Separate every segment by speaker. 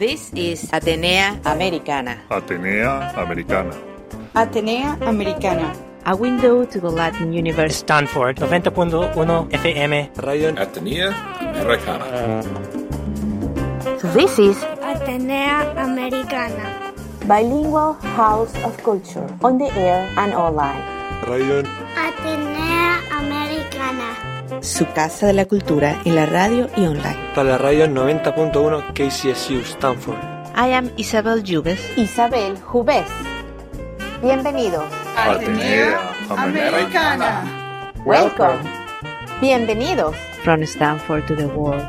Speaker 1: This is Atenea Americana.
Speaker 2: Atenea Americana.
Speaker 3: Atenea Americana.
Speaker 1: A window to the Latin universe.
Speaker 4: Stanford 90.1 FM.
Speaker 5: Radio Atenea Americana.
Speaker 1: This is
Speaker 6: Atenea Americana.
Speaker 3: Bilingual House of Culture, on the air and online.
Speaker 5: Radio
Speaker 6: Atenea Americana.
Speaker 1: su casa de la cultura en la radio y online.
Speaker 4: Para la radio 90.1 KCSU Stanford.
Speaker 1: I am Isabel Jubes.
Speaker 3: Isabel Jubes. Bienvenidos.
Speaker 2: Atenea Americana.
Speaker 3: Welcome. Bienvenidos.
Speaker 1: From Stanford to the world.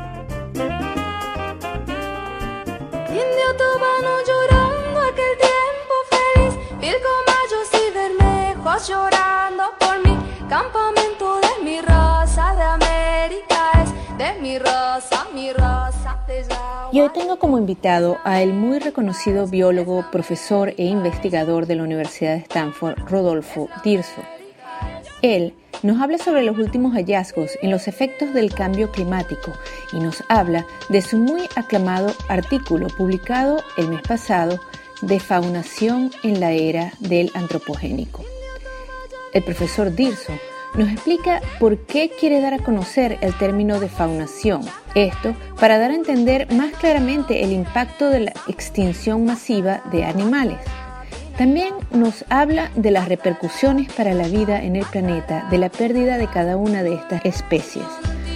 Speaker 7: Indio tubano llorando aquel tiempo feliz, Virgo, Mayos y Bermejos llorando por mí. Campamento de mi raza de América es, de mi raza de Yaguareté.
Speaker 3: Y hoy tengo como invitado a el muy reconocido biólogo, profesor e investigador de la Universidad de Stanford, Rodolfo Dirso. Él nos habla sobre los últimos hallazgos en los efectos del cambio climático y nos habla de su muy aclamado artículo publicado el mes pasado, Defaunación en la era del antropogénico. El profesor Dirso nos explica por qué quiere dar a conocer el término defaunación. Esto para dar a entender más claramente el impacto de la extinción masiva de animales. También nos habla de las repercusiones para la vida en el planeta de la pérdida de cada una de estas especies.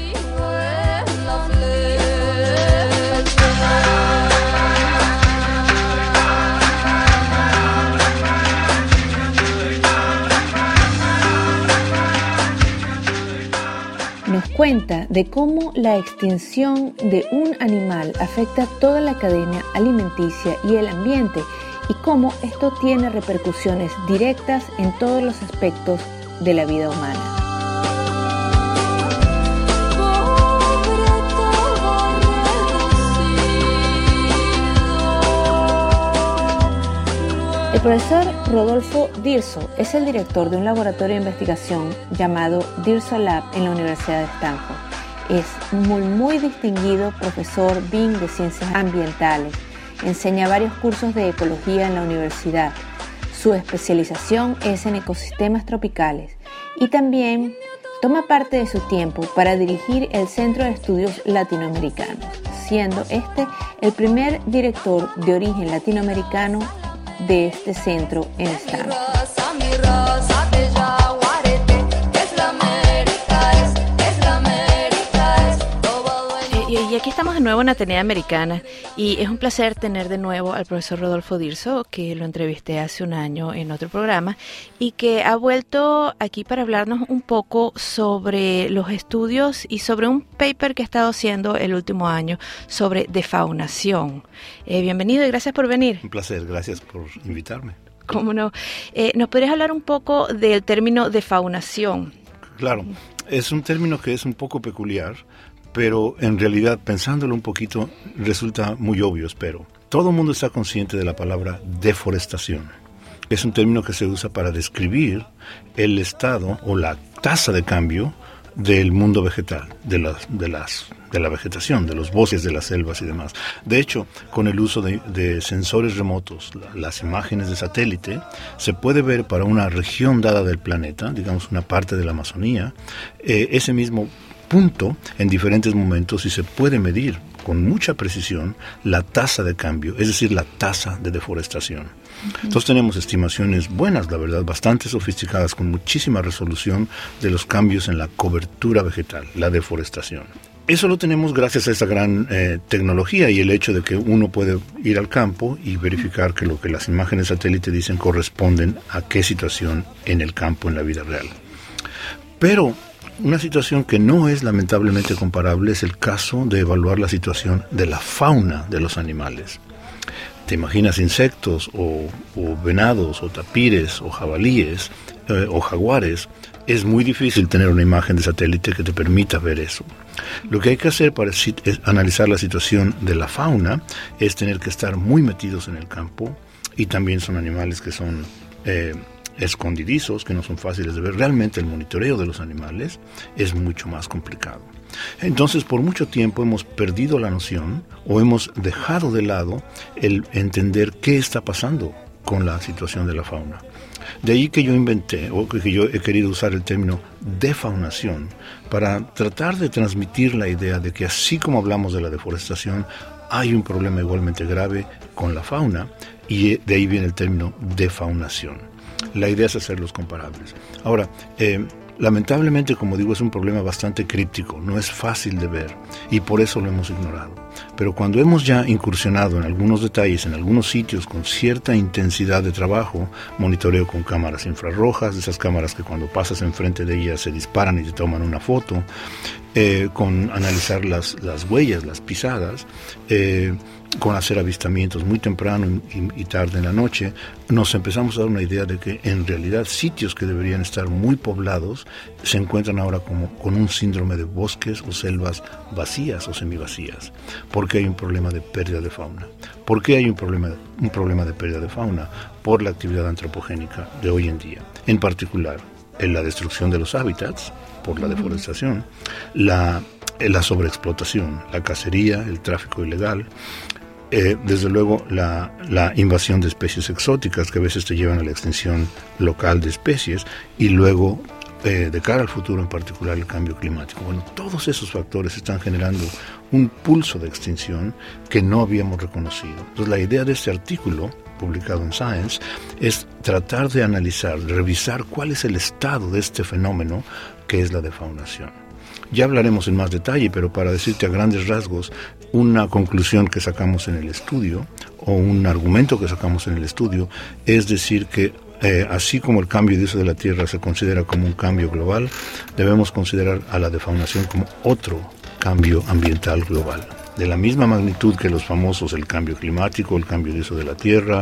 Speaker 3: Nos cuenta de cómo la extinción de un animal afecta toda la cadena alimenticia y el ambiente y cómo esto tiene repercusiones directas en todos los aspectos de la vida humana. El profesor Rodolfo Dirso es el director de un laboratorio de investigación llamado Dirso Lab en la Universidad de Stanford. Es muy distinguido profesor BIN de Ciencias Ambientales. Enseña varios cursos de ecología en la universidad. Su especialización es en ecosistemas tropicales y también toma parte de su tiempo para dirigir el Centro de Estudios Latinoamericanos, siendo este el primer director de origen latinoamericano de este centro en Stanford.
Speaker 7: Mi raza de Yaguareté, es la América, es la América, es todo dueño.
Speaker 1: Y aquí estamos de nuevo en Atenea Americana y es un placer tener de nuevo al profesor Rodolfo Dirso, que lo entrevisté hace un año en otro programa y que ha vuelto aquí para hablarnos un poco sobre los estudios y sobre un paper que ha estado haciendo el último año sobre defaunación. Bienvenido y gracias por venir.
Speaker 8: Un placer, gracias por invitarme.
Speaker 1: ¿Cómo no? ¿Nos podrías hablar un poco del término defaunación?
Speaker 8: Claro, es un término que es un poco peculiar, pero en realidad, pensándolo un poquito, resulta muy obvio, espero. Todo el mundo está consciente de la palabra deforestación. Es un término que se usa para describir el estado o la tasa de cambio del mundo vegetal, de la vegetación, de los bosques, de las selvas y demás. De hecho, con el uso de sensores remotos, las imágenes de satélite, se puede ver para una región dada del planeta, digamos una parte de la Amazonía, ese mismo punto en diferentes momentos y se puede medir con mucha precisión la tasa de cambio, es decir, la tasa de deforestación. Entonces tenemos estimaciones buenas, la verdad, bastante sofisticadas, con muchísima resolución de los cambios en la cobertura vegetal, la deforestación. Eso lo tenemos gracias a esta gran tecnología y el hecho de que uno puede ir al campo y verificar que lo que las imágenes satélite dicen corresponden a qué situación en el campo en la vida real. Pero una situación que no es lamentablemente comparable es el caso de evaluar la situación de la fauna de los animales. ¿Te imaginas insectos o venados o tapires o jabalíes o jaguares? Es muy difícil tener una imagen de satélite que te permita ver eso. Lo que hay que hacer para analizar la situación de la fauna es tener que estar muy metidos en el campo y también son animales que son escondidizos, que no son fáciles de ver. Realmente el monitoreo de los animales es mucho más complicado. Entonces, por mucho tiempo hemos perdido la noción o hemos dejado de lado el entender qué está pasando con la situación de la fauna. De ahí que yo inventé, o que yo he querido usar el término defaunación, para tratar de transmitir la idea de que así como hablamos de la deforestación, hay un problema igualmente grave con la fauna, y de ahí viene el término defaunación. La idea es hacerlos comparables. Ahora, lamentablemente, como digo, es un problema bastante críptico, no es fácil de ver y por eso lo hemos ignorado. Pero cuando hemos ya incursionado en algunos detalles, en algunos sitios con cierta intensidad de trabajo, monitoreo con cámaras infrarrojas, esas cámaras que cuando pasas enfrente de ellas se disparan y te toman una foto, con analizar las huellas, las pisadas, con hacer avistamientos muy temprano y tarde en la noche, nos empezamos a dar una idea de que en realidad sitios que deberían estar muy poblados se encuentran ahora como con un síndrome de bosques o selvas vacías o semivacías, porque hay un problema de pérdida de fauna. ¿Por qué hay un problema de pérdida de fauna? Por la actividad antropogénica de hoy en día, en particular en la destrucción de los hábitats por la deforestación, la sobreexplotación, la cacería, el tráfico ilegal, desde luego la invasión de especies exóticas que a veces te llevan a la extinción local de especies, y luego de cara al futuro en particular el cambio climático. Bueno, todos esos factores están generando un pulso de extinción que no habíamos reconocido. Entonces la idea de este artículo publicado en Science es tratar de analizar, de revisar cuál es el estado de este fenómeno que es la defaunación. Ya hablaremos en más detalle, pero para decirte a grandes rasgos, una conclusión que sacamos en el estudio, o un argumento que sacamos en el estudio, es decir que así como el cambio de uso de la tierra se considera como un cambio global, debemos considerar a la defaunación como otro cambio ambiental global. De la misma magnitud que los famosos el cambio climático, el cambio de uso de la tierra,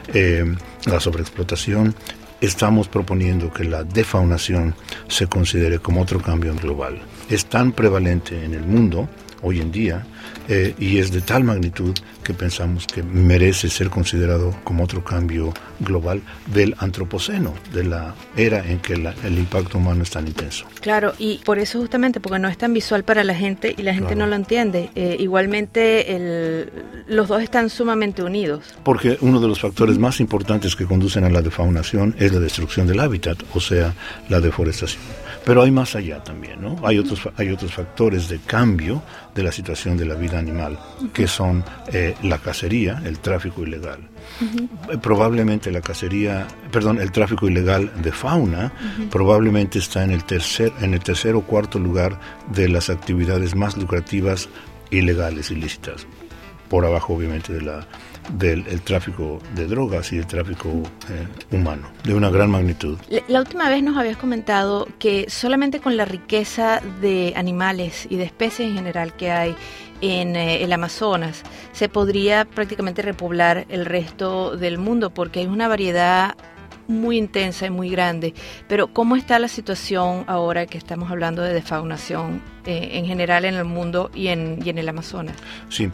Speaker 8: la sobreexplotación, estamos proponiendo que la defaunación se considere como otro cambio global. Es tan prevalente en el mundo hoy en día y es de tal magnitud que pensamos que merece ser considerado como otro cambio global del antropoceno, de la era en que el impacto humano es tan intenso.
Speaker 1: Claro, y por eso justamente, porque no es tan visual para la gente y la gente no lo entiende. Igualmente los dos están sumamente unidos. Porque
Speaker 8: uno de los factores más importantes que conducen a la defaunación es la destrucción del hábitat, o sea, la deforestación. Pero hay más allá también, ¿no? Hay otros factores de cambio de la situación de la vida animal, que son la cacería, el tráfico ilegal. Probablemente el tráfico ilegal de fauna probablemente está en el tercer o cuarto lugar de las actividades más lucrativas ilegales, ilícitas, por abajo obviamente del tráfico de drogas y el tráfico humano, de una gran magnitud.
Speaker 1: La última vez nos habías comentado que solamente con la riqueza de animales y de especies en general que hay en el Amazonas se podría prácticamente repoblar el resto del mundo, porque hay una variedad muy intensa y muy grande. Pero ¿cómo está la situación ahora que estamos hablando de defaunación en general en el mundo y en el Amazonas?
Speaker 8: Sí,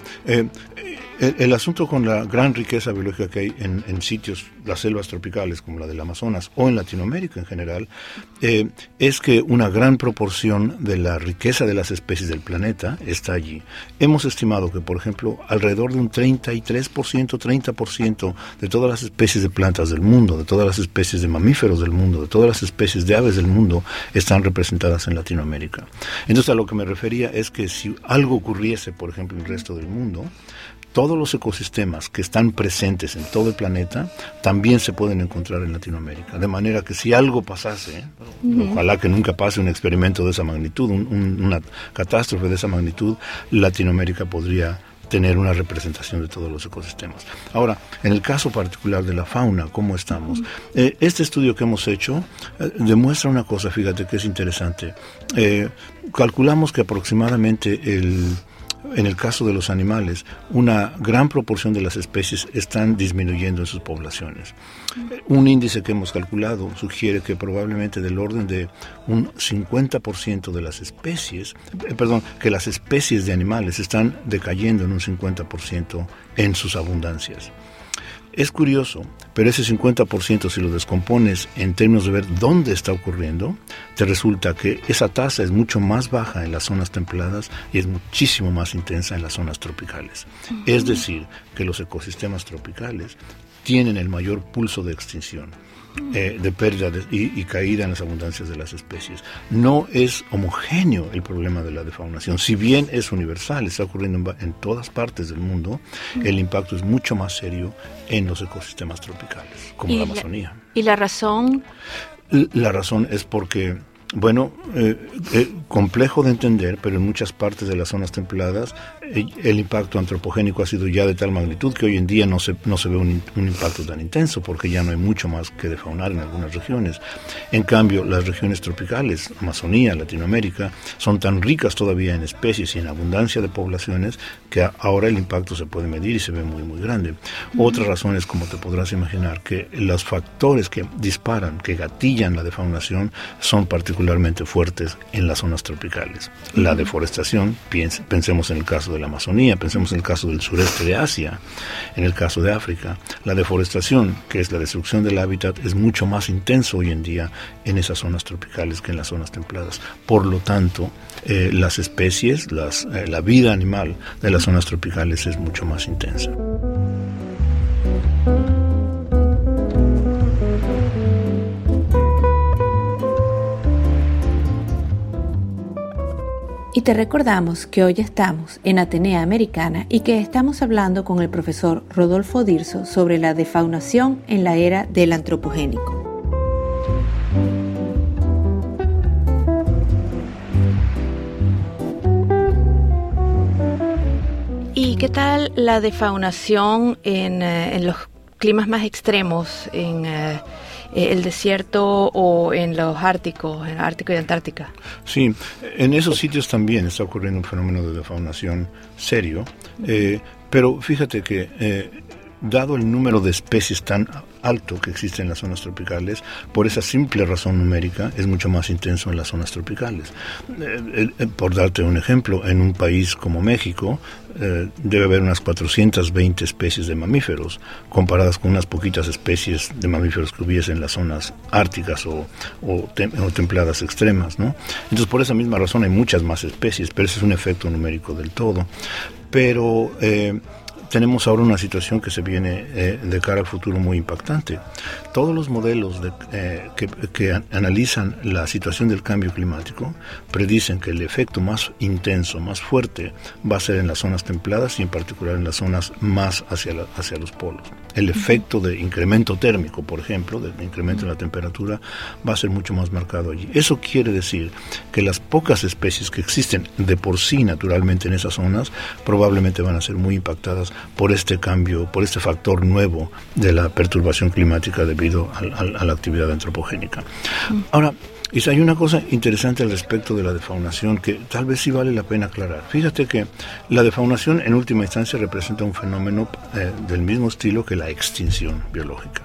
Speaker 8: el asunto con la gran riqueza biológica que hay en sitios, las selvas tropicales como la del Amazonas o en Latinoamérica en general, es que una gran proporción de la riqueza de las especies del planeta está allí. Hemos estimado que, por ejemplo, alrededor de un 30% de todas las especies de plantas del mundo, de todas las especies de mamíferos del mundo, de todas las especies de aves del mundo, están representadas en Latinoamérica. Entonces, a lo que me refería es que si algo ocurriese, por ejemplo, en el resto del mundo, todos los ecosistemas que están presentes en todo el planeta también se pueden encontrar en Latinoamérica. De manera que si algo pasase, ojalá que nunca pase un experimento de esa magnitud, una catástrofe de esa magnitud, Latinoamérica podría tener una representación de todos los ecosistemas. Ahora, en el caso particular de la fauna, ¿cómo estamos? Este estudio que hemos hecho demuestra una cosa, fíjate que es interesante. Calculamos que aproximadamente en el caso de los animales, una gran proporción de las especies están disminuyendo en sus poblaciones. Un índice que hemos calculado sugiere que probablemente del orden de un 50% de las especies, que las especies de animales están decayendo en un 50% en sus abundancias. Es curioso, pero ese 50%, si lo descompones en términos de ver dónde está ocurriendo, te resulta que esa tasa es mucho más baja en las zonas templadas y es muchísimo más intensa en las zonas tropicales. Es decir, que los ecosistemas tropicales tienen el mayor pulso de extinción, de pérdida y caída en las abundancias de las especies. No es homogéneo el problema de la defaunación. Si bien es universal, está ocurriendo en todas partes del mundo, el impacto es mucho más serio en los ecosistemas tropicales, como la Amazonía.
Speaker 1: ¿Y la razón?
Speaker 8: La razón es porque, bueno, complejo de entender, pero en muchas partes de las zonas templadas el impacto antropogénico ha sido ya de tal magnitud que hoy en día no se ve un impacto tan intenso, porque ya no hay mucho más que defaunar en algunas regiones. En cambio, las regiones tropicales, Amazonía, Latinoamérica, son tan ricas todavía en especies y en abundancia de poblaciones que ahora el impacto se puede medir y se ve muy, muy grande. Otra razón es, como te podrás imaginar, que los factores que disparan, que gatillan la defaunación, son particularmente fuertes en las zonas tropicales. La deforestación, pensemos en el caso de la Amazonía, pensemos en el caso del sureste de Asia, en el caso de África. La deforestación, que es la destrucción del hábitat, es mucho más intenso hoy en día en esas zonas tropicales que en las zonas templadas. Por lo tanto, las especies, la vida animal de las zonas tropicales es mucho más intensa.
Speaker 3: Y te recordamos que hoy estamos en Atenea Americana y que estamos hablando con el profesor Rodolfo Dirso sobre la defaunación en la era del antropogénico.
Speaker 1: ¿Y qué tal la defaunación en los climas más extremos, en el desierto o en los árticos, en Ártico y Antártica?
Speaker 8: Sí, en esos sitios también está ocurriendo un fenómeno de defaunación serio, pero fíjate que dado el número de especies tan alto que existe en las zonas tropicales, por esa simple razón numérica es mucho más intenso en las zonas tropicales. Por darte un ejemplo, en un país como México debe haber unas 420 especies de mamíferos, comparadas con unas poquitas especies de mamíferos que hubiese en las zonas árticas o templadas extremas, ¿no? Entonces, por esa misma razón hay muchas más especies, pero ese es un efecto numérico del todo. Pero tenemos ahora una situación que se viene de cara al futuro muy impactante. Todos los modelos que analizan la situación del cambio climático predicen que el efecto más intenso, más fuerte, va a ser en las zonas templadas y en particular en las zonas más hacia los polos. El efecto de incremento térmico, por ejemplo, de incremento en la temperatura, va a ser mucho más marcado allí. Eso quiere decir que las pocas especies que existen de por sí naturalmente en esas zonas probablemente van a ser muy impactadas por este cambio, por este factor nuevo de la perturbación climática debido a la actividad antropogénica. Ahora, hay una cosa interesante al respecto de la defaunación que tal vez sí vale la pena aclarar. Fíjate que la defaunación en última instancia representa un fenómeno del mismo estilo que la extinción biológica.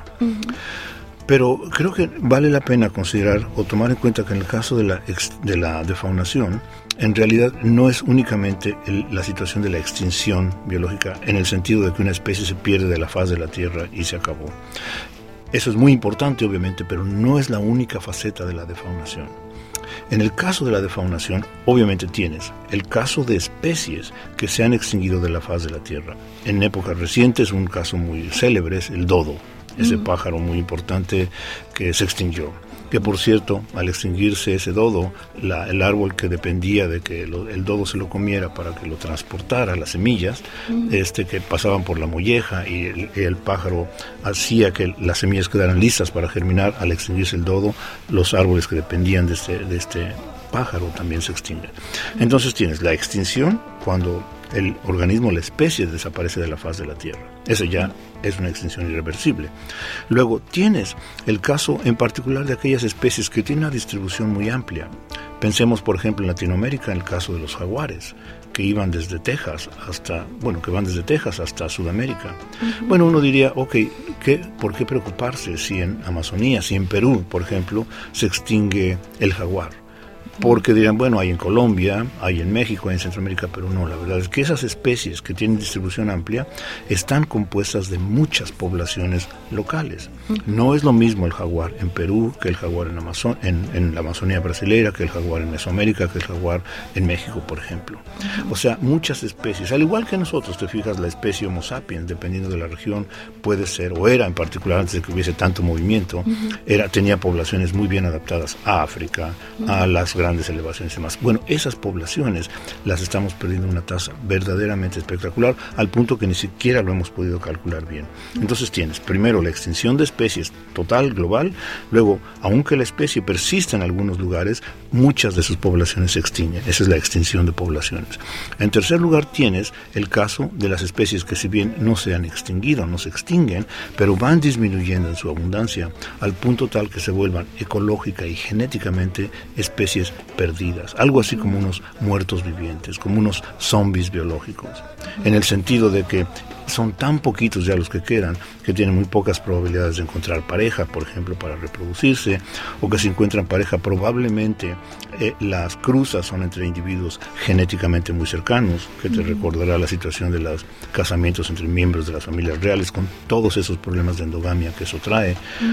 Speaker 8: Pero creo que vale la pena considerar o tomar en cuenta que en el caso de la defaunación, en realidad no es únicamente la situación de la extinción biológica en el sentido de que una especie se pierde de la faz de la Tierra y se acabó. Eso es muy importante, obviamente, pero no es la única faceta de la defaunación. En el caso de la defaunación, obviamente tienes el caso de especies que se han extinguido de la faz de la Tierra. En épocas recientes, un caso muy célebre es el dodo, ese pájaro muy importante que se extinguió. Que por cierto, al extinguirse ese dodo, el árbol que dependía de que el dodo se lo comiera para que lo transportara, las semillas, que pasaban por la molleja y el pájaro hacía que las semillas quedaran listas para germinar, al extinguirse el dodo, los árboles que dependían de este pájaro también se extinguen. Entonces tienes la extinción cuando el organismo, la especie, desaparece de la faz de la Tierra. Esa ya es una extinción irreversible. Luego tienes el caso en particular de aquellas especies que tienen una distribución muy amplia. Pensemos, por ejemplo, en Latinoamérica, en el caso de los jaguares, que iban desde Texas que van desde Texas hasta Sudamérica. Bueno, uno diría, ¿por qué preocuparse si en Amazonía, si en Perú, por ejemplo, se extingue el jaguar? porque dirán, bueno, hay en Colombia, hay en México, hay en Centroamérica, pero no, la verdad es que esas especies que tienen distribución amplia están compuestas de muchas poblaciones locales. No es lo mismo el jaguar en Perú que el jaguar en la Amazonía brasileña, que el jaguar en Mesoamérica, que el jaguar en México, por ejemplo. O sea, muchas especies, al igual que nosotros, te fijas, la especie Homo sapiens, dependiendo de la región, puede ser, o era en particular antes de que hubiese tanto movimiento, tenía poblaciones muy bien adaptadas a África, a las grandes elevaciones y demás. Bueno, esas poblaciones las estamos perdiendo a una tasa verdaderamente espectacular, al punto que ni siquiera lo hemos podido calcular bien. Entonces tienes, primero, la extinción de especies total, global, luego, aunque la especie persista en algunos lugares, muchas de sus poblaciones se extinguen. Esa es la extinción de poblaciones. En tercer lugar, tienes el caso de las especies que, si bien no se han extinguido, no se extinguen, pero van disminuyendo en su abundancia al punto tal que se vuelvan ecológica y genéticamente especies perdidas, algo así como unos muertos vivientes, como unos zombies biológicos, en el sentido de que son tan poquitos ya los que quedan, que tienen muy pocas probabilidades de encontrar pareja, por ejemplo, para reproducirse, o que si encuentran pareja probablemente las cruzas son entre individuos genéticamente muy cercanos, que te recordará la situación de los casamientos entre miembros de las familias reales, con todos esos problemas de endogamia que eso trae.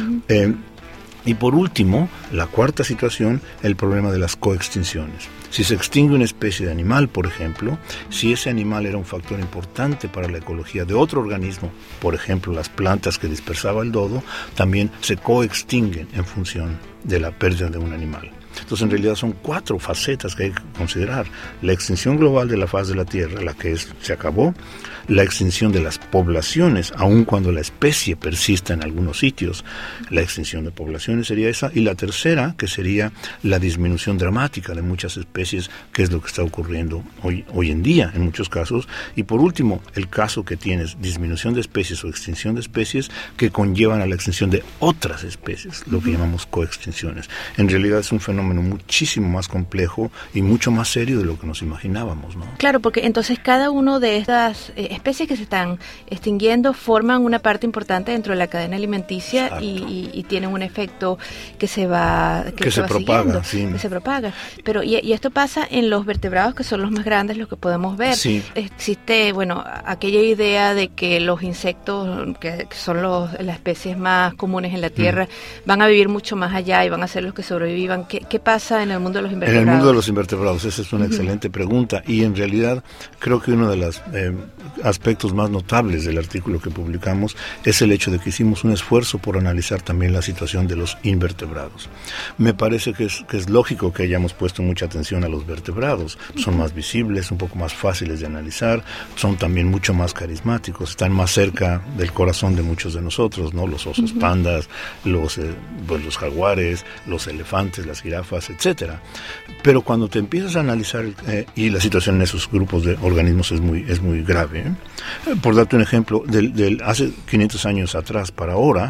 Speaker 8: Y por último, la cuarta situación, el problema de las coextinciones. Si se extingue una especie de animal, por ejemplo, si ese animal era un factor importante para la ecología de otro organismo, por ejemplo, las plantas que dispersaba el dodo, también se coextinguen en función de la pérdida de un animal. Entonces, en realidad son 4 facetas que hay que considerar. La extinción global de la faz de la Tierra, la que se acabó, la extinción de las poblaciones, aun cuando la especie persista en algunos sitios, la extinción de poblaciones sería esa, y la tercera, que sería la disminución dramática de muchas especies, que es lo que está ocurriendo hoy en día en muchos casos, y por último, el caso que tienes disminución de especies o extinción de especies que conllevan a la extinción de otras especies, lo que llamamos coextinciones. En realidad es un fenómeno muchísimo más complejo y mucho más serio de lo que nos imaginábamos, ¿no?
Speaker 1: Claro, porque entonces cada uno de estas especies que se están extinguiendo forman una parte importante dentro de la cadena alimenticia y tienen un efecto que se va
Speaker 8: que se propaga,
Speaker 1: sí. Que se propaga. Pero y esto pasa en los vertebrados, que son los más grandes, los que podemos ver.
Speaker 8: Sí.
Speaker 1: Existe, bueno, aquella idea de que los insectos, que son las especies más comunes en la Tierra, van a vivir mucho más allá y van a ser los que sobrevivan. ¿Qué pasa en el mundo de los invertebrados?
Speaker 8: En el mundo de los invertebrados, esa es una excelente pregunta, y en realidad creo que uno de los aspectos más notables del artículo que publicamos es el hecho de que hicimos un esfuerzo por analizar también la situación de los invertebrados. Me parece que es lógico que hayamos puesto mucha atención a los vertebrados. Son más visibles, un poco más fáciles de analizar, son también mucho más carismáticos, están más cerca del corazón de muchos de nosotros, ¿no? Los osos pandas, los jaguares, los elefantes, las jirafas, etcétera. Pero cuando te empiezas a analizar y la situación en esos grupos de organismos es muy grave. Por darte un ejemplo, del hace 500 años atrás para ahora,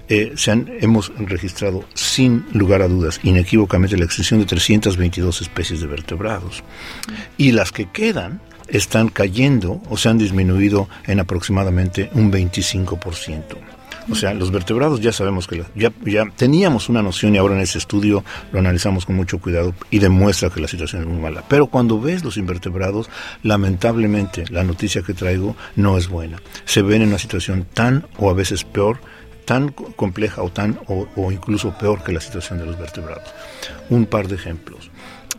Speaker 8: hemos registrado sin lugar a dudas, inequívocamente, la extinción de 322 especies de vertebrados. Y las que quedan están cayendo o se han disminuido en aproximadamente un 25%. O sea, los vertebrados ya sabemos que ya teníamos una noción, y ahora en ese estudio lo analizamos con mucho cuidado y demuestra que la situación es muy mala. Pero cuando ves los invertebrados, lamentablemente la noticia que traigo no es buena. Se ven en una situación tan o a veces peor, tan compleja o incluso peor que la situación de los vertebrados. Un par de ejemplos.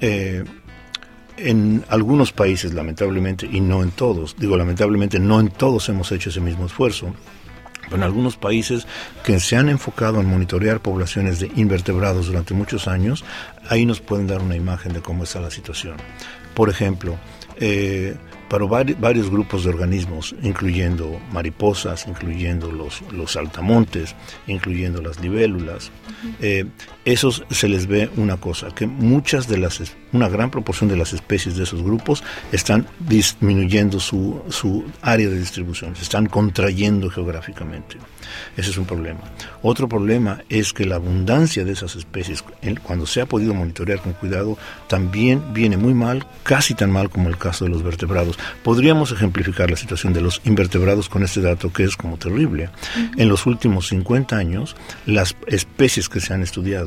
Speaker 8: En algunos países, lamentablemente, y no en todos, lamentablemente no en todos hemos hecho ese mismo esfuerzo, en algunos países que se han enfocado en monitorear poblaciones de invertebrados durante muchos años, ahí nos pueden dar una imagen de cómo está la situación. Por ejemplo, para varios grupos de organismos, incluyendo mariposas, incluyendo los saltamontes, incluyendo las libélulas, esos se les ve una cosa, que una gran proporción de las especies de esos grupos están disminuyendo su área de distribución, se están contrayendo geográficamente. Ese es un problema. Otro problema es que la abundancia de esas especies, cuando se ha podido monitorear con cuidado, también viene muy mal, casi tan mal como el caso de los vertebrados. Podríamos ejemplificar la situación de los invertebrados con este dato que es como terrible. En los últimos 50 años, las especies que se han estudiado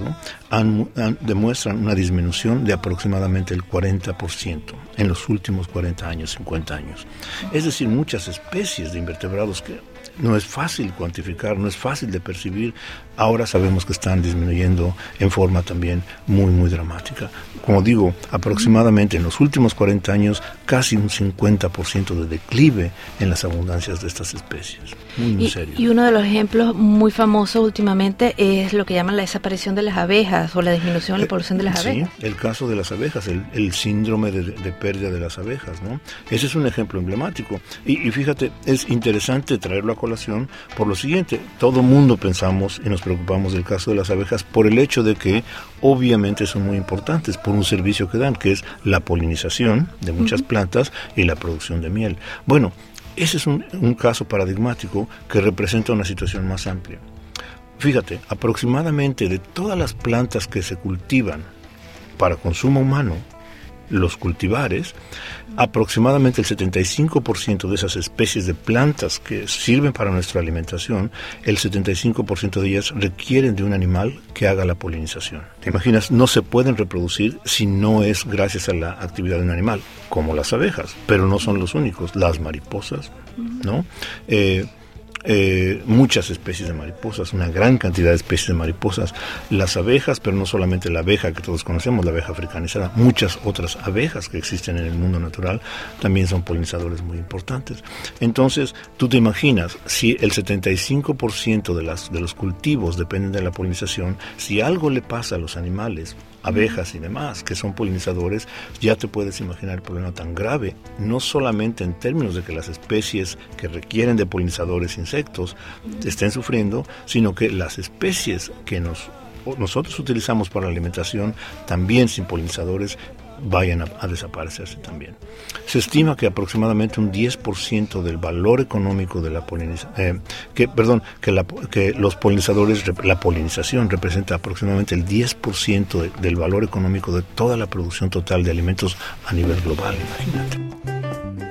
Speaker 8: ¿no? Demuestran una disminución de aproximadamente el 40% en los últimos 40 años, 50 años. Es decir, muchas especies de invertebrados que no es fácil cuantificar, no es fácil de percibir, ahora sabemos que están disminuyendo en forma también muy, muy dramática. Como digo, aproximadamente en los últimos 40 años, casi un 50% de declive en las abundancias de estas especies. Muy, muy serio.
Speaker 1: Y uno de los ejemplos muy famosos últimamente es lo que llaman la desaparición de las abejas o la disminución de la población de las abejas.
Speaker 8: Sí, el caso de las abejas, el síndrome de pérdida de las abejas, ¿no? Ese es un ejemplo emblemático. Y fíjate, es interesante traerlo a colación por lo siguiente. Todo mundo pensamos y nos preocupamos del caso de las abejas por el hecho de que obviamente son muy importantes por un servicio que dan, que es la polinización de muchas plantas y la producción de miel. Bueno, ese es un caso paradigmático que representa una situación más amplia. Fíjate, aproximadamente de todas las plantas que se cultivan para consumo humano, los cultivares, aproximadamente el 75% de esas especies de plantas que sirven para nuestra alimentación, el 75% de ellas requieren de un animal que haga la polinización. ¿Te imaginas? No se pueden reproducir si no es gracias a la actividad de un animal, como las abejas, pero no son los únicos, las mariposas, ¿no? Muchas especies de mariposas, una gran cantidad de especies de mariposas, las abejas, pero no solamente la abeja que todos conocemos, la abeja africanizada, muchas otras abejas que existen en el mundo natural también son polinizadores muy importantes. Entonces, tú te imaginas, si el 75% de los cultivos dependen de la polinización, si algo le pasa a los animales, abejas y demás, que son polinizadores, ya te puedes imaginar el problema tan grave, no solamente en términos de que las especies que requieren de polinizadores insectos estén sufriendo, sino que las especies que nosotros utilizamos para la alimentación, también sin polinizadores, vayan a desaparecerse también. Se estima que aproximadamente un 10% del valor económico de la polinización, que los polinizadores, la polinización representa aproximadamente el 10% del valor económico de toda la producción total de alimentos a nivel global, imagínate.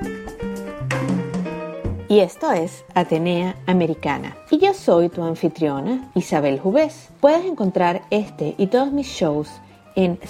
Speaker 3: Y esto es Atenea Americana. Y yo soy tu anfitriona, Isabel Jubés. Puedes encontrar este y todos mis shows en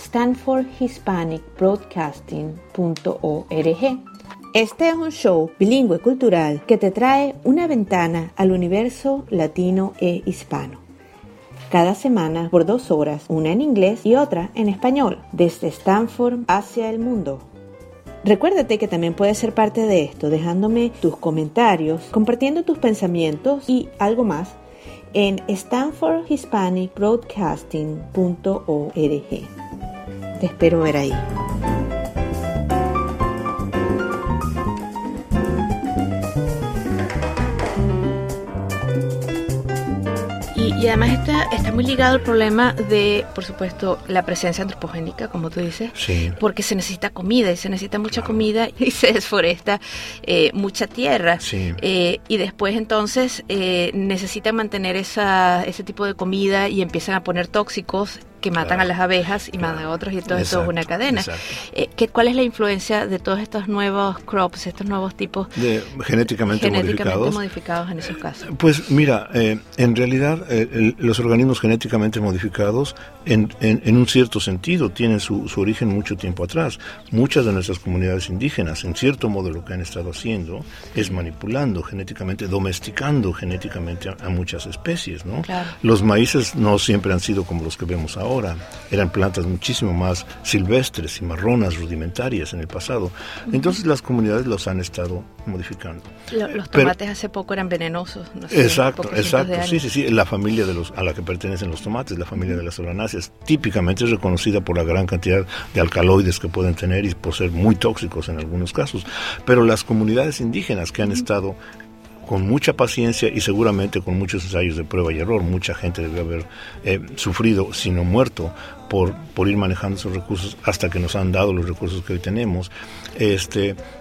Speaker 3: stanfordhispanicbroadcasting.org. Este es un show bilingüe cultural que te trae una ventana al universo latino e hispano. Cada semana por 2 horas, una en inglés y otra en español, desde Stanford hacia el mundo. Recuérdate que también puedes ser parte de esto dejándome tus comentarios, compartiendo tus pensamientos y algo más en stanfordhispanicbroadcasting.org. Te espero ver ahí.
Speaker 1: Y además está muy ligado al problema de, por supuesto, la presencia antropogénica, como tú dices,
Speaker 8: sí,
Speaker 1: porque se necesita comida y se necesita mucha comida y se desforesta mucha tierra.
Speaker 8: Sí.
Speaker 1: Y después entonces necesitan mantener ese tipo de comida y empiezan a poner tóxicos que matan a las abejas y matan a otros y todo esto es una cadena. ¿Cuál es la influencia de todos estos nuevos crops, estos nuevos tipos
Speaker 8: de genéticamente
Speaker 1: modificados en esos casos?
Speaker 8: Pues mira, en realidad los organismos genéticamente modificados en un cierto sentido tienen su origen mucho tiempo atrás. Muchas de nuestras comunidades indígenas, en cierto modo, lo que han estado haciendo es manipulando genéticamente, domesticando genéticamente a muchas especies, ¿no?
Speaker 1: Claro.
Speaker 8: Los maíces no siempre han sido como los que vemos ahora. Eran plantas muchísimo más silvestres y marronas, rudimentarias en el pasado. Entonces las comunidades los han estado modificando.
Speaker 1: Los tomates hace poco eran venenosos. No sé,
Speaker 8: exacto. Sí. La familia a la que pertenecen los tomates, la familia de las solanáceas, típicamente es reconocida por la gran cantidad de alcaloides que pueden tener y por ser muy tóxicos en algunos casos. Pero las comunidades indígenas que han estado con mucha paciencia y seguramente con muchos ensayos de prueba y error, mucha gente debe haber sufrido, si no muerto, por ir manejando esos recursos hasta que nos han dado los recursos que hoy tenemos.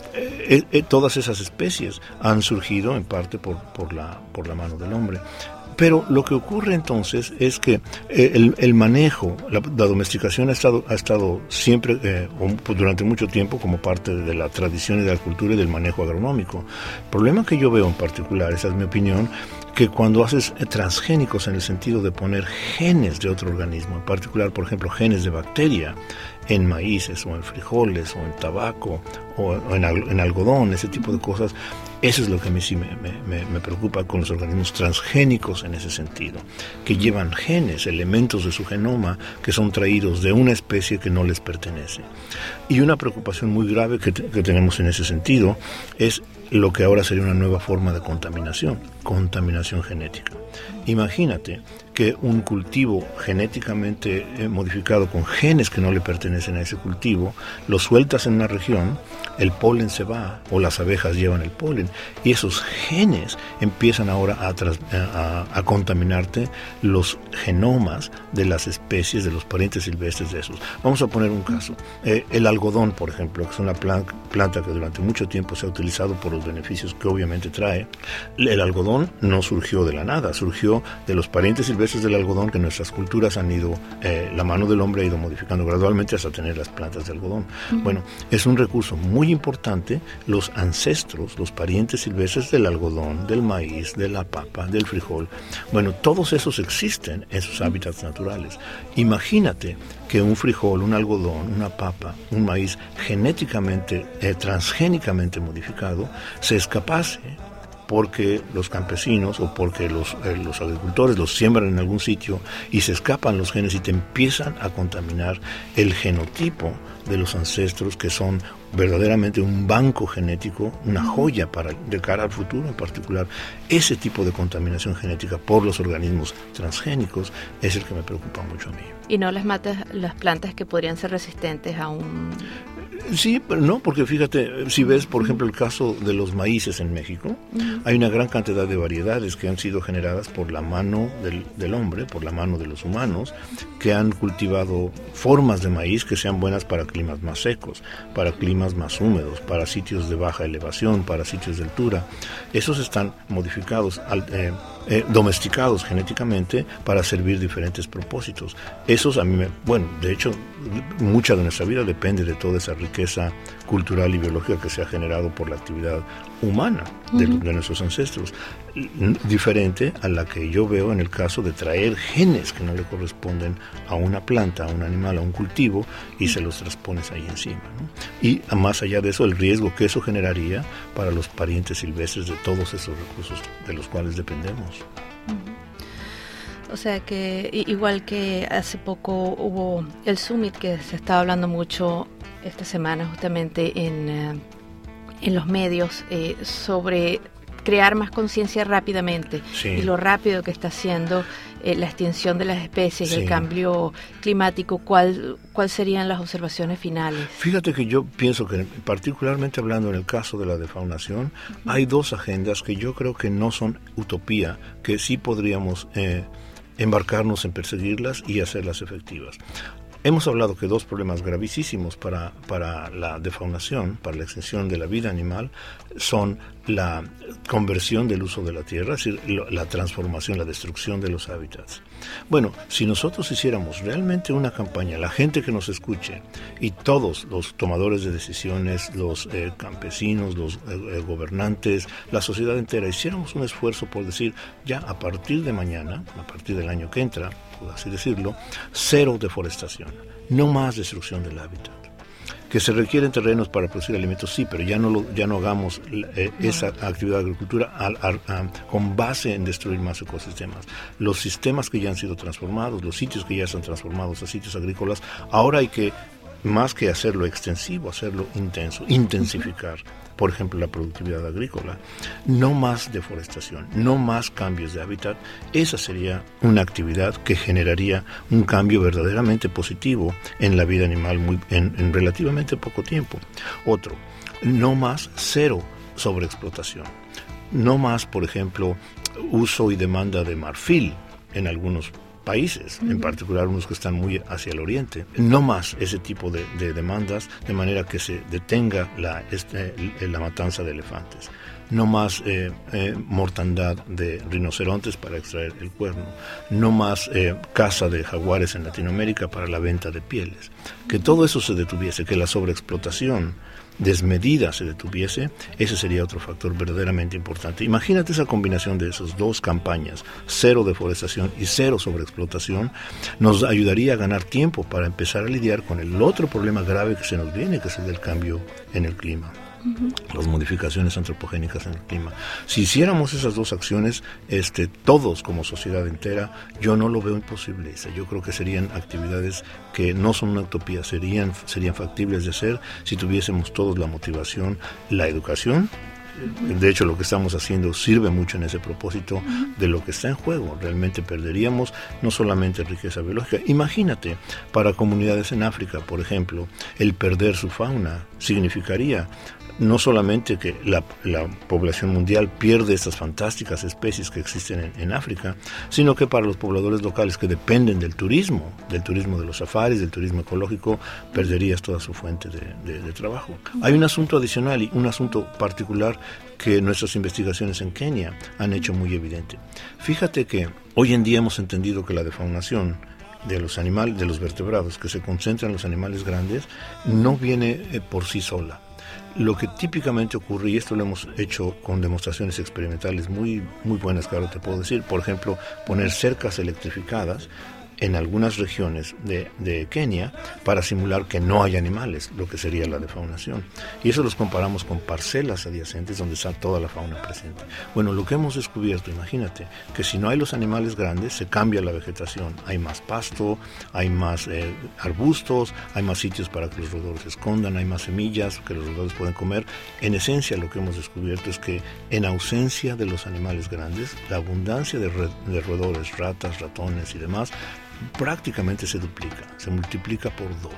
Speaker 8: Todas esas especies han surgido en parte por la mano del hombre. Pero lo que ocurre entonces es que el manejo, la domesticación ha estado siempre, durante mucho tiempo, como parte de la tradición y de la cultura y del manejo agronómico. El problema que yo veo en particular, esa es mi opinión, que cuando haces transgénicos en el sentido de poner genes de otro organismo, en particular, por ejemplo, genes de bacteria, en maíces o en frijoles o en tabaco o en algodón, ese tipo de cosas, eso es lo que a mí sí me preocupa con los organismos transgénicos en ese sentido, que llevan genes, elementos de su genoma que son traídos de una especie que no les pertenece. Y una preocupación muy grave que tenemos en ese sentido es lo que ahora sería una nueva forma de contaminación genética. Imagínate que un cultivo genéticamente modificado con genes que no le pertenecen a ese cultivo, lo sueltas en una región, el polen se va, o las abejas llevan el polen, y esos genes empiezan ahora a contaminarte los genomas de las especies, de los parientes silvestres de esos. Vamos a poner un caso. El algodón, por ejemplo, que es una planta que durante mucho tiempo se ha utilizado por los beneficios que obviamente trae. El algodón no surgió de la nada, surgió de los parientes silvestres del algodón que nuestras culturas han ido, la mano del hombre ha ido modificando gradualmente hasta tener las plantas de algodón. Bueno, es un recurso muy importante. Los ancestros, los parientes silvestres del algodón, del maíz, de la papa, del frijol, bueno, todos esos existen en sus hábitats naturales. Imagínate que un frijol, un algodón, una papa, un maíz genéticamente, transgénicamente modificado, se escapase porque los campesinos o porque los agricultores los siembran en algún sitio y se escapan los genes y te empiezan a contaminar el genotipo de los ancestros, que son verdaderamente un banco genético, una joya de cara al futuro en particular. Ese tipo de contaminación genética por los organismos transgénicos es el que me preocupa mucho a mí.
Speaker 1: ¿Y no les matas las plantas que podrían ser resistentes a un...?
Speaker 8: Sí, pero no, porque fíjate, si ves, por ejemplo, el caso de los maíces en México, hay una gran cantidad de variedades que han sido generadas por la mano del hombre, por la mano de los humanos, que han cultivado formas de maíz que sean buenas para climas más secos, para climas más húmedos, para sitios de baja elevación, para sitios de altura. Esos están modificados, domesticados genéticamente para servir diferentes propósitos. Esos a mí de hecho, mucha de nuestra vida depende de toda esa riqueza cultural y biológica que se ha generado por la actividad humana de nuestros ancestros, diferente a la que yo veo en el caso de traer genes que no le corresponden a una planta, a un animal, a un cultivo, y se los transpones ahí encima, ¿no? Y más allá de eso, el riesgo que eso generaría para los parientes silvestres de todos esos recursos de los cuales dependemos.
Speaker 1: O sea que igual que hace poco hubo el Summit, que se estaba hablando mucho esta semana justamente en los medios sobre crear más conciencia rápidamente, sí, y lo rápido que está haciendo la extinción de las especies, sí, el cambio climático. ¿Cuál serían las observaciones finales?
Speaker 8: Fíjate que yo pienso que, particularmente hablando en el caso de la defaunación, hay dos agendas que yo creo que no son utopía, que sí podríamos embarcarnos en perseguirlas y hacerlas efectivas. Hemos hablado que dos problemas gravísimos para la defaunación, para la extinción de la vida animal, son la conversión del uso de la tierra, es decir, la transformación, la destrucción de los hábitats. Bueno, si nosotros hiciéramos realmente una campaña, la gente que nos escuche y todos los tomadores de decisiones, los campesinos, los gobernantes, la sociedad entera, hiciéramos un esfuerzo por decir, ya a partir de mañana, a partir del año que entra, por así decirlo, cero deforestación, no más destrucción del hábitat. Que se requieren terrenos para producir alimentos, sí, pero ya no hagamos esa actividad de agricultura con base en destruir más ecosistemas. Los sistemas que ya han sido transformados, los sitios que ya están transformados a sitios agrícolas, ahora hay que, más que hacerlo extensivo, hacerlo intenso, intensificar, por ejemplo, la productividad agrícola. No más deforestación, no más cambios de hábitat. Esa sería una actividad que generaría un cambio verdaderamente positivo en la vida animal en relativamente poco tiempo. Otro, no más cero sobreexplotación. No más, por ejemplo, uso y demanda de marfil en algunos países, en particular unos que están muy hacia el oriente. No más ese tipo de demandas, de manera que se detenga la matanza de elefantes. no más mortandad de rinocerontes para extraer el cuerno, no más caza de jaguares en Latinoamérica para la venta de pieles. Que todo eso se detuviese, que la sobreexplotación desmedida se detuviese, ese sería otro factor verdaderamente importante. Imagínate esa combinación de esas dos campañas, cero deforestación y cero sobreexplotación, nos ayudaría a ganar tiempo para empezar a lidiar con el otro problema grave que se nos viene, que es el del cambio en el clima. Las modificaciones antropogénicas en el clima. Si hiciéramos esas dos acciones, todos como sociedad entera, yo no lo veo imposible. Yo creo que serían actividades que no son una utopía, serían factibles de hacer si tuviésemos todos la motivación, la educación. De hecho, lo que estamos haciendo sirve mucho en ese propósito de lo que está en juego. Realmente perderíamos no solamente riqueza biológica. Imagínate, para comunidades en África, por ejemplo, el perder su fauna significaría no solamente que la población mundial pierde estas fantásticas especies que existen en África, sino que para los pobladores locales que dependen del turismo de los safaris, del turismo ecológico, perderías toda su fuente de trabajo. Hay un asunto adicional y un asunto particular que nuestras investigaciones en Kenia han hecho muy evidente. Fíjate que hoy en día hemos entendido que la defaunación de los animales, de los vertebrados, que se concentra en los animales grandes, no viene por sí sola. Lo que típicamente ocurre, y esto lo hemos hecho con demostraciones experimentales muy, muy buenas que ahora te puedo decir, por ejemplo, poner cercas electrificadas en algunas regiones de Kenia para simular que no hay animales, lo que sería la defaunación. Y eso los comparamos con parcelas adyacentes donde está toda la fauna presente. Bueno, lo que hemos descubierto, imagínate, que si no hay los animales grandes, se cambia la vegetación. Hay más pasto, hay más arbustos, hay más sitios para que los roedores se escondan, hay más semillas que los roedores pueden comer. En esencia, lo que hemos descubierto es que en ausencia de los animales grandes, la abundancia de roedores, ratas, ratones y demás, prácticamente se duplica, se multiplica por 2.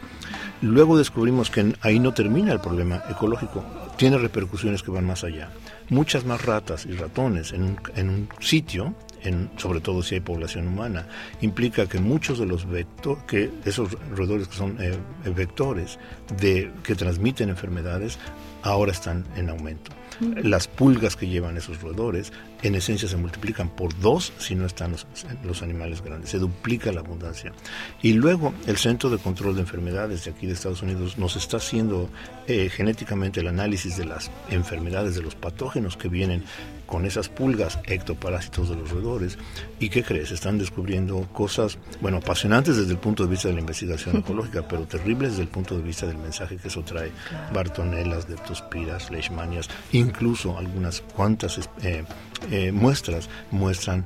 Speaker 8: Luego descubrimos que ahí no termina el problema ecológico, tiene repercusiones que van más allá. Muchas más ratas y ratones en un sitio, sobre todo si hay población humana, implica que muchos de los esos roedores que son vectores que transmiten enfermedades, ahora están en aumento. Las pulgas que llevan esos roedores en esencia se multiplican por 2 si no están los animales grandes, se duplica la abundancia. Y luego el Centro de Control de Enfermedades de aquí de Estados Unidos nos está haciendo genéticamente el análisis de las enfermedades, de los patógenos que vienen con esas pulgas, ectoparásitos de los roedores. ¿Y qué crees? Están descubriendo cosas, bueno, apasionantes desde el punto de vista de la investigación ecológica, pero terribles desde el punto de vista del mensaje que eso trae. Bartonelas, leptospiras, leishmanias, incluso algunas cuantas muestras muestran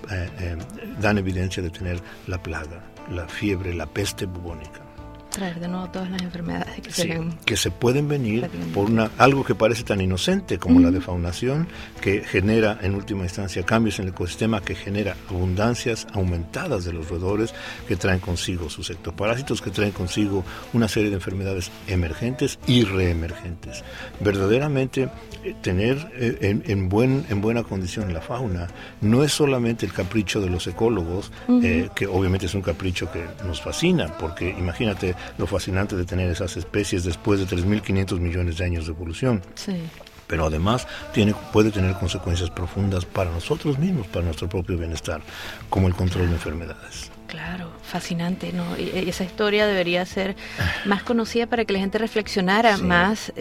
Speaker 8: dan evidencia de tener la plaga, la fiebre, la peste bubónica.
Speaker 1: Traer de nuevo todas las enfermedades
Speaker 8: que se pueden venir por algo que parece tan inocente como la defaunación, que genera en última instancia cambios en el ecosistema, que genera abundancias aumentadas de los roedores, que traen consigo sus ectoparásitos, que traen consigo una serie de enfermedades emergentes y reemergentes. Verdaderamente tener en buena condición la fauna no es solamente el capricho de los ecólogos, que obviamente es un capricho que nos fascina, porque imagínate lo fascinante de tener esas especies después de 3.500 millones de años de evolución.
Speaker 1: Sí.
Speaker 8: Pero además puede tener consecuencias profundas para nosotros mismos, para nuestro propio bienestar, como el control de enfermedades.
Speaker 1: Claro, fascinante, ¿no? Y esa historia debería ser más conocida para que la gente reflexionara más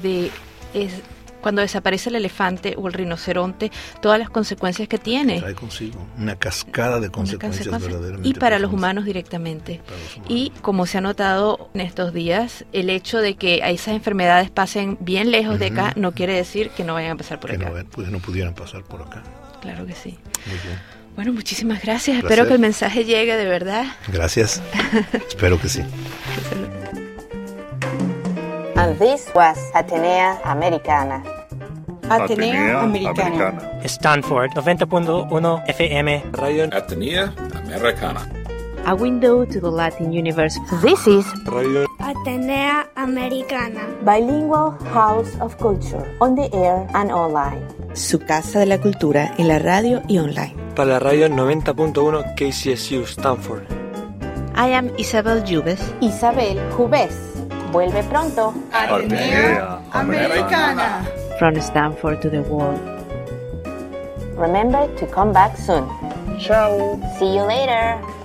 Speaker 1: cuando desaparece el elefante o el rinoceronte, todas las consecuencias que tiene.
Speaker 8: Trae consigo una cascada de consecuencias verdaderamente.
Speaker 1: Y para los humanos directamente. Y como se ha notado en estos días, el hecho de que esas enfermedades pasen bien lejos de acá no quiere decir que no vayan a pasar por acá.
Speaker 8: No pudieran pasar por acá.
Speaker 1: Claro que sí.
Speaker 8: Muy bien.
Speaker 1: Bueno, muchísimas gracias. Espero que el mensaje llegue de verdad.
Speaker 8: Gracias. Espero que sí.
Speaker 3: And this was Atenea Americana.
Speaker 2: Atenea Americana.
Speaker 4: Stanford 90.1 FM.
Speaker 5: Radio Atenea Americana.
Speaker 3: A window to the Latin universe. This is
Speaker 5: Radio
Speaker 6: Atenea Americana.
Speaker 3: Bilingual House of Culture, on the air and online. Su casa de la cultura en la radio y online.
Speaker 4: Para la radio 90.1 KCSU Stanford.
Speaker 1: I am Isabel Jubes.
Speaker 3: Isabel Jubes. Vuelve pronto.
Speaker 2: Atenea Americana.
Speaker 1: from Stanford to the world.
Speaker 3: Remember to come back soon.
Speaker 2: Ciao.
Speaker 3: See you later.